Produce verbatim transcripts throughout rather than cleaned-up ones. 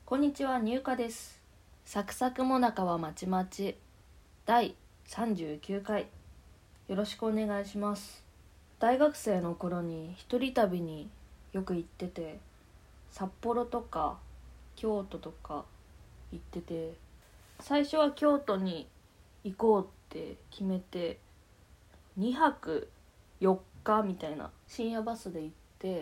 こんにちは、入荷です。サクサクもなかはまちまちだいさんじゅうきゅうかい、よろしくお願いします。大学生の頃に一人旅によく行ってて、札幌とか京都とか行ってて、最初は京都に行こうって決めてにはくよっかみたいな深夜バスで行って、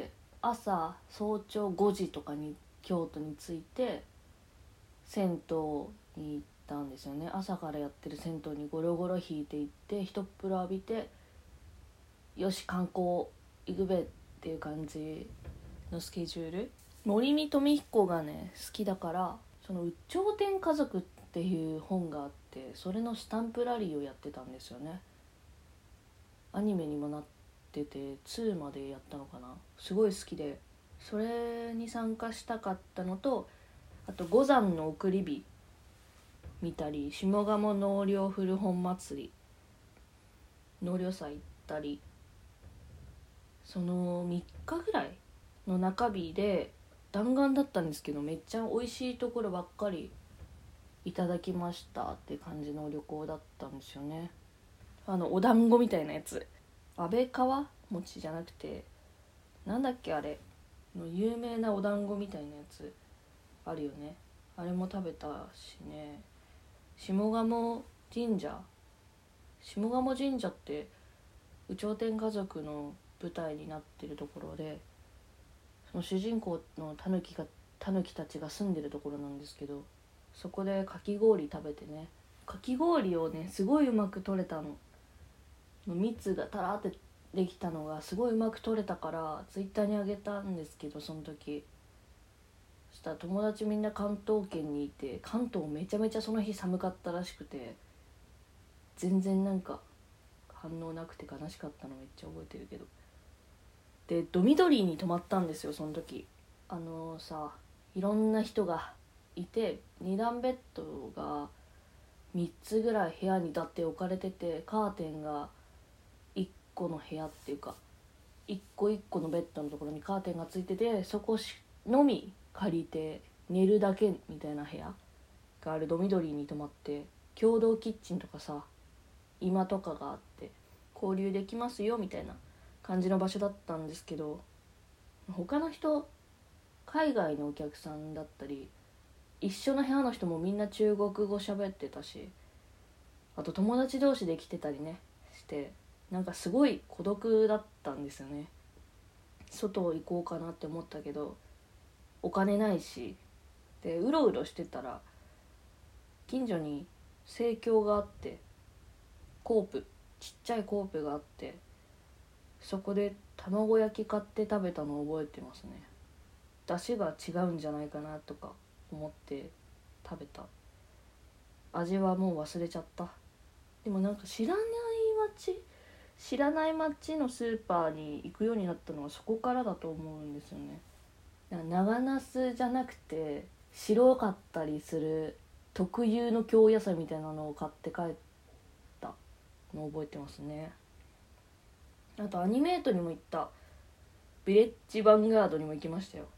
朝早朝ごじとかに京都に着いて銭湯に行ったんですよね。朝からやってる銭湯にゴロゴロ引いて行って、一っ風呂浴びて、よし観光行くべっていう感じのスケジュール。森見富彦がね好きだから、その有頂天家族っていう本があって、それのスタンプラリーをやってたんですよね。アニメにもなっててにまでやったのかな。すごい好きで、それに参加したかったのと、あと五山の送り火見たり、下鴨納涼古本祭り納涼祭行ったり、そのみっかぐらいの中日で弾丸だったんですけど、めっちゃ美味しいところばっかりいただきましたって感じの旅行だったんですよね。あのお団子みたいなやつ、安倍川餅じゃなくてなんだっけあれの有名なお団子みたいなやつあるよね。あれも食べたしね。下鴨神社下鴨神社って有頂天家族の舞台になってるところで、その主人公のタヌキがタヌキたちが住んでるところなんですけど、そこでかき氷食べてね、かき氷をねすごいうまく取れたの。蜜がたらってできたのがすごいうまく取れたからツイッターにあげたんですけど、その時そしたら友達みんな関東圏にいて、関東めちゃめちゃその日寒かったらしくて、全然なんか反応なくて悲しかったのめっちゃ覚えてるけど。でドミドリーに泊まったんですよその時。あのさいろんな人がいて、にだんベッドがみっつぐらい部屋にだって置かれてて、カーテンがいっこの部屋っていうかいっこいっこのベッドのところにカーテンがついてて、そこのみ借りて寝るだけみたいな部屋があるドミドリーに泊まって、共同キッチンとかさ居間とかがあって交流できますよみたいな感じの場所だったんですけど、他の人海外のお客さんだったり、一緒の部屋の人もみんな中国語喋ってたし、あと友達同士で来てたりねして、なんかすごい孤独だったんですよね。外行こうかなって思ったけどお金ないし、でうろうろしてたら近所に生協があって、コープちっちゃいコープがあって、そこで卵焼き買って食べたのを覚えてますね。出汁が違うんじゃないかなとか思って食べた。味はもう忘れちゃった。でもなんか知らない町知らない町のスーパーに行くようになったのはそこからだと思うんですよね。長ナスじゃなくて白かったりする特有の京野菜みたいなのを買って帰ったのを覚えてますね。あとアニメートにも行った。ヴィレッジヴァンガードにも行きましたよ。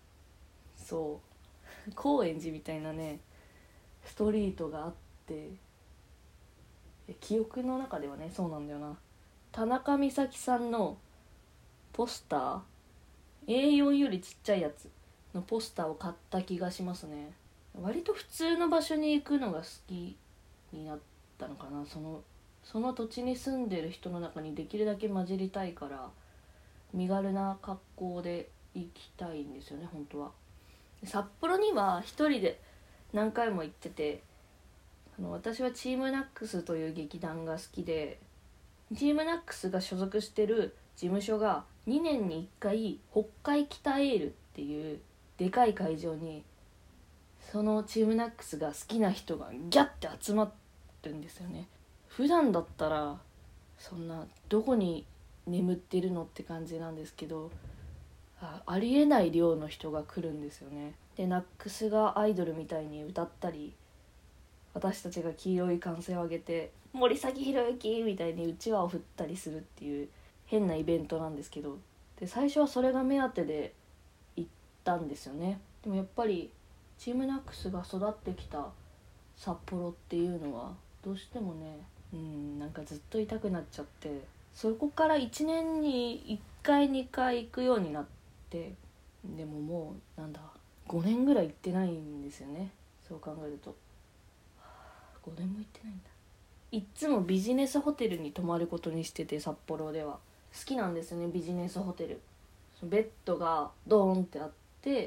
そう高円寺みたいなねストリートがあって、記憶の中ではねそうなんだよな。田中美咲さんのポスター エーよん よりちっちゃいやつのポスターを買った気がしますね。割と普通の場所に行くのが好きになったのかな。そのその土地に住んでる人の中にできるだけ混じりたいから、身軽な格好で行きたいんですよね本当は。札幌には一人で何回も行ってて、あの私はチームナックスという劇団が好きで、チームナックスが所属してる事務所がにねんにいっかい北海北エールっていうでかい会場に、そのチームナックスが好きな人がギャッて集まってるんですよね。普段だったらそんなどこに眠ってるのって感じなんですけど、 あ, ありえない量の人が来るんですよね。でナックスがアイドルみたいに歌ったり、私たちが黄色い歓声を上げて森崎博之みたいにうちわを振ったりするっていう変なイベントなんですけど、で最初はそれが目当てで行ったんですよね。でもやっぱりチームナックスが育ってきた札幌っていうのはどうしてもね、うんなんかずっと痛くなっちゃって、そこからいちねんにいっかいにかい行くようになって、でももうなんだごねんぐらい行ってないんですよね。そう考えるとごねんも行ってないんだ。いっつもビジネスホテルに泊まることにしてて、札幌では好きなんですよねビジネスホテル。ベッドがドーンってあって、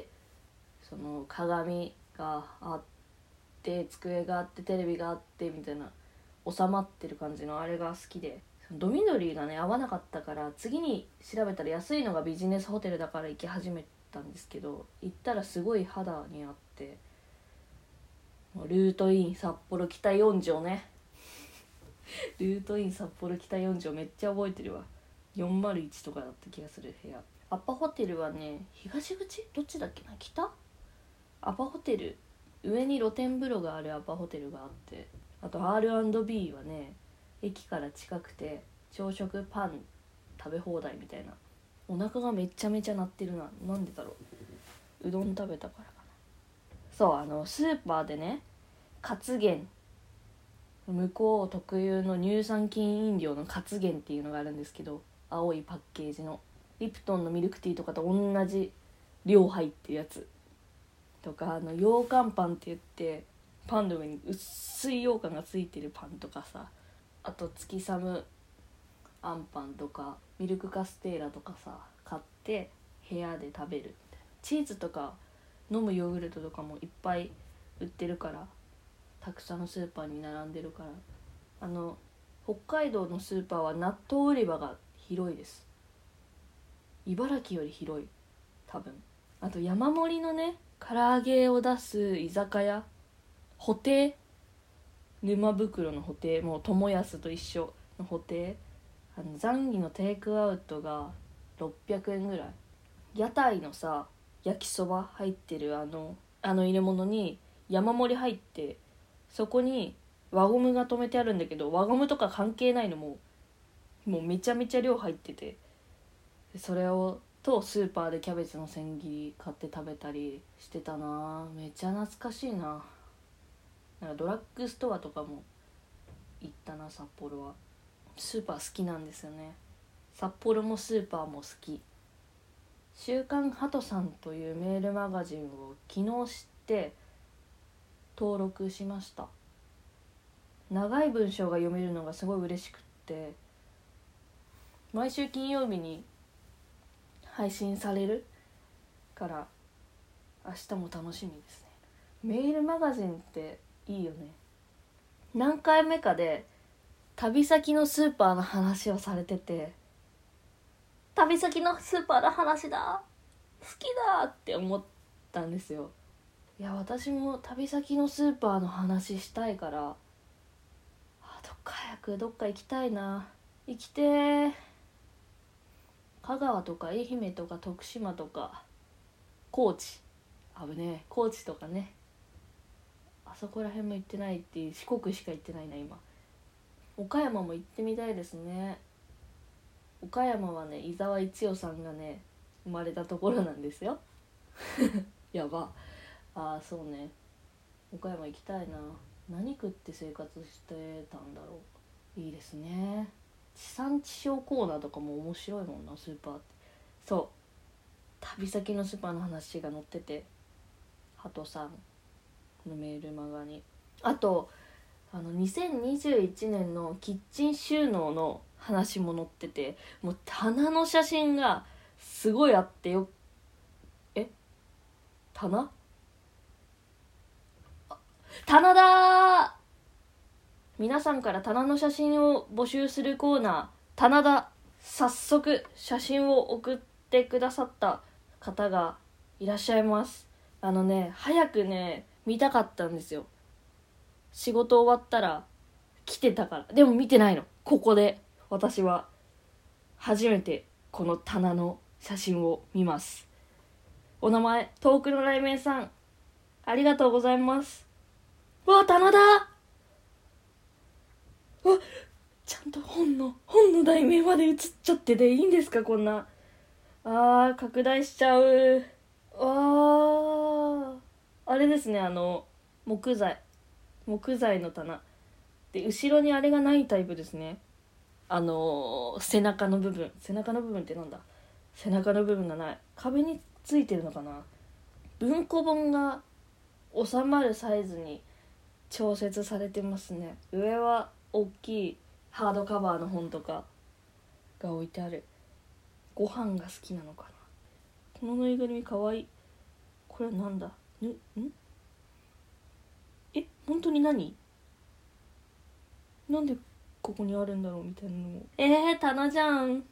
その鏡があって机があってテレビがあってみたいな収まってる感じのあれが好きで、ドミノリーがね合わなかったから次に調べたら安いのがビジネスホテルだから行き始めたんですけど、行ったらすごい肌にあって、ルートイン札幌北よん条ねルートイン札幌北よん条めっちゃ覚えてるわ。よんまるいちとかだった気がする部屋。アパホテルはね東口どっちだっけな、北アパホテル、上に露天風呂があるアパホテルがあって、あと アールアンドビー はね駅から近くて朝食パン食べ放題みたいな。お腹がめちゃめちゃ鳴ってるな、なんでだろう、うどん食べたからかな。そうあのスーパーでね活源、向こう特有の乳酸菌飲料の活源っていうのがあるんですけど、青いパッケージのリプトンのミルクティーとかと同じ量入ってるやつとか、あの羊羹パンって言ってパンの上に薄い羊羹がついてるパンとかさ、あと月寒あんパンとかミルクカステーラとかさ買って部屋で食べるみたいな。チーズとか飲むヨーグルトとかもいっぱい売ってるから、たくさんのスーパーに並んでるから、あの北海道のスーパーは納豆売り場が広いです。茨城より広い多分。あと山盛りのね唐揚げを出す居酒屋、布袋、沼袋の布袋、もう友安と一緒の布袋、あのザンギのテイクアウトがろっぴゃくえんぐらい。屋台のさ焼きそば入ってるあのあの入れ物に山盛り入って、そこに輪ゴムが止めてあるんだけど、輪ゴムとか関係ないの、もうもうめちゃめちゃ量入ってて、それをとスーパーでキャベツの千切り買って食べたりしてたな。めっちゃ懐かしいな。なんかドラッグストアとかも行ったな札幌は。スーパー好きなんですよね。札幌もスーパーも好き。週刊ハトさんというメールマガジンを昨日知って登録しました。長い文章が読めるのがすごい嬉しくって、毎週金曜日に配信されるから明日も楽しみですね。メールマガジンっていいよね。何回目かで旅先のスーパーの話をされてて、旅先のスーパーの話だ、好きだって思ったんですよ。いや私も旅先のスーパーの話したいから、あどっか早くどっか行きたいな。行きてー。香川とか愛媛とか徳島とか高知、あぶねえ高知とかね、あそこら辺も行ってないっていう、四国しか行ってないな今。岡山も行ってみたいですね。岡山はね伊沢一代さんがね生まれたところなんですよやば。あーそうね、岡山行きたいな。何食って生活してたんだろう。いいですね。地産地消コーナーとかも面白いもんなスーパーって。そう旅先のスーパーの話が載ってて、ハトさんのメールマガに。あとあのにせんにじゅういちねんのキッチン収納の話も載ってて、もう棚の写真がすごいあってよ。え棚棚だー。皆さんから棚の写真を募集するコーナー、棚田。早速写真を送ってくださった方がいらっしゃいます。あのね早くね見たかったんですよ。仕事終わったら来てたから。でも見てないの。ここで私は初めてこの棚の写真を見ます。お名前遠くの雷鳴さん、ありがとうございます。わあ棚だ。わちゃんと本の本の題名まで写っちゃってていいんですかこんな。あー拡大しちゃう。わーあれですね、あの木材木材の棚で、後ろにあれがないタイプですね。あの背中の部分背中の部分ってなんだ背中の部分がない、壁についてるのかな。文庫本が収まるサイズに調節されてますね。上は大きいハードカバーの本とかが置いてある。ご飯が好きなのかな。このぬいぐるみかわいい。これなんだぬんえ本当に何なんでここにあるんだろうみたいなのも。えー、棚じゃん。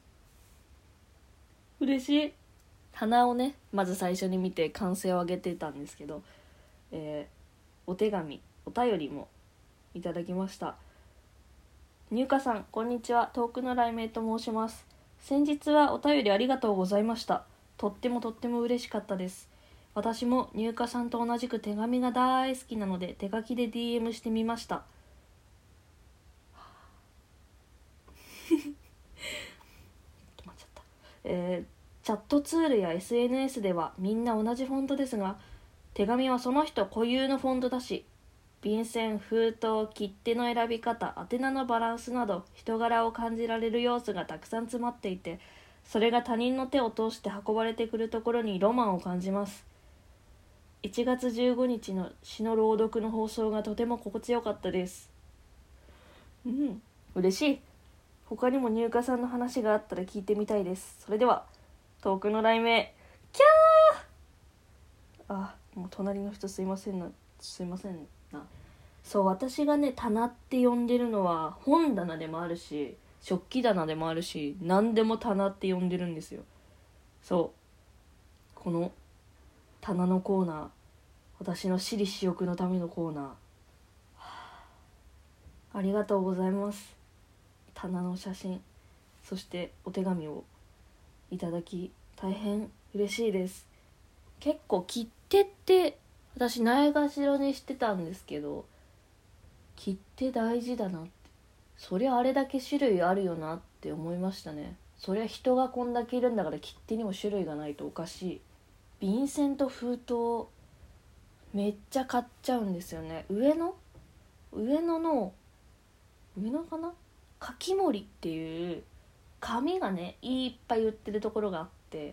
嬉しい。棚をねまず最初に見て歓声を上げてたんですけど、えー、お手紙お便りもいただきました。入荷さんこんにちは、遠くの雷鳴と申します。先日はお便りありがとうございました。とってもとっても嬉しかったです。私も入荷さんと同じく手紙が大好きなので手書きで ディーエム してみました。止まっちゃった。えー、チャットツールや エスエヌエス ではみんな同じフォントですが、手紙はその人固有のフォントだし、便箋、封筒、切手の選び方、宛名のバランスなど人柄を感じられる要素がたくさん詰まっていて、それが他人の手を通して運ばれてくるところにロマンを感じます。いちがつじゅうごにちの詩の朗読の放送がとても心地よかったです。うん、嬉しい。他にも入荷さんの話があったら聞いてみたいです。それでは、遠くの雷鳴、キャー。あ、もう隣の人すいませんな、すいませんな。そう、私がね棚って呼んでるのは本棚でもあるし食器棚でもあるし、何でも棚って呼んでるんですよ。そうこの棚のコーナー、私の私利私欲のためのコーナー、はあ、ありがとうございます。棚の写真そしてお手紙をいただき大変嬉しいです。結構切手って私ないがしろにしてたんですけど、切手大事だなって、そりゃあれだけ種類あるよなって思いましたね。そりゃ人がこんだけいるんだから切手にも種類がないとおかしい。便箋と封筒めっちゃ買っちゃうんですよね。上野上野の上野かな、かきもりっていう紙がねいっぱい売ってるところがあって、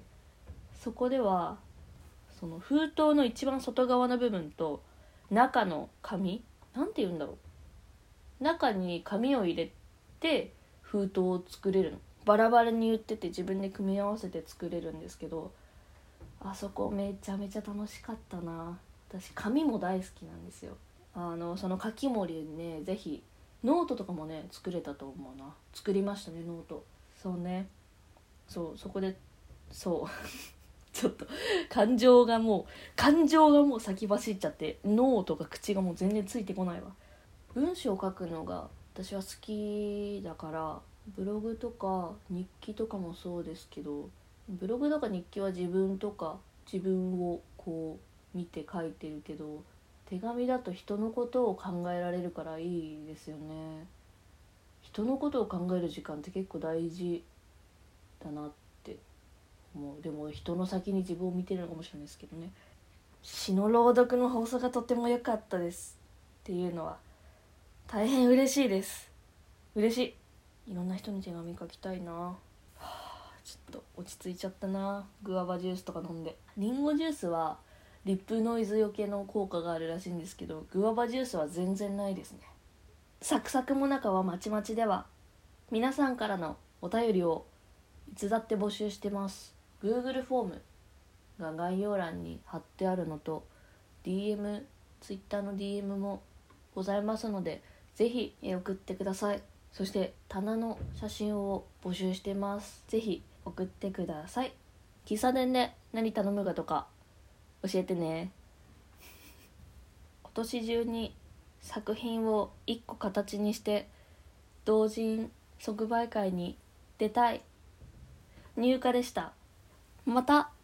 そこではその封筒の一番外側の部分と中の紙なんて言うんだろう、中に紙を入れて封筒を作れるの。バラバラに売ってて自分で組み合わせて作れるんですけど、あそこめちゃめちゃ楽しかったな。私紙も大好きなんですよ。あのそのかきもりにね、ぜひノートとかもね作れたと思うな。作りましたねノート。そうね、そうそこでそうちょっと感情がもう感情がもう先走っちゃって脳とか口がもう全然ついてこないわ。文章を書くのが私は好きだから、ブログとか日記とかもそうですけど、ブログとか日記は自分とか自分をこう見て書いてるけど、手紙だと人のことを考えられるからいいですよね。人のことを考える時間って結構大事だなって思う。でも人の先に自分を見てるのかもしれないですけどね。詩の朗読の放送がとても良かったですっていうのは大変嬉しいです。嬉しい。いろんな人に手紙書きたいな。はあ、ちょっと落ち着いちゃったな。グアバジュースとか飲んで。リンゴジュースはリップノイズよけの効果があるらしいんですけど、グアバジュースは全然ないですね。サクサクもなかはまちまちでは皆さんからのお便りをいつだって募集してます。 Google フォームが概要欄に貼ってあるのと ディーエム Twitter の ディーエム もございますので、ぜひ送ってください。そして棚の写真を募集してます。ぜひ送ってください。喫茶店で何頼むかとか教えてね。今年中に作品をいっこ形にして同人即売会に出たい。入荷でした。また。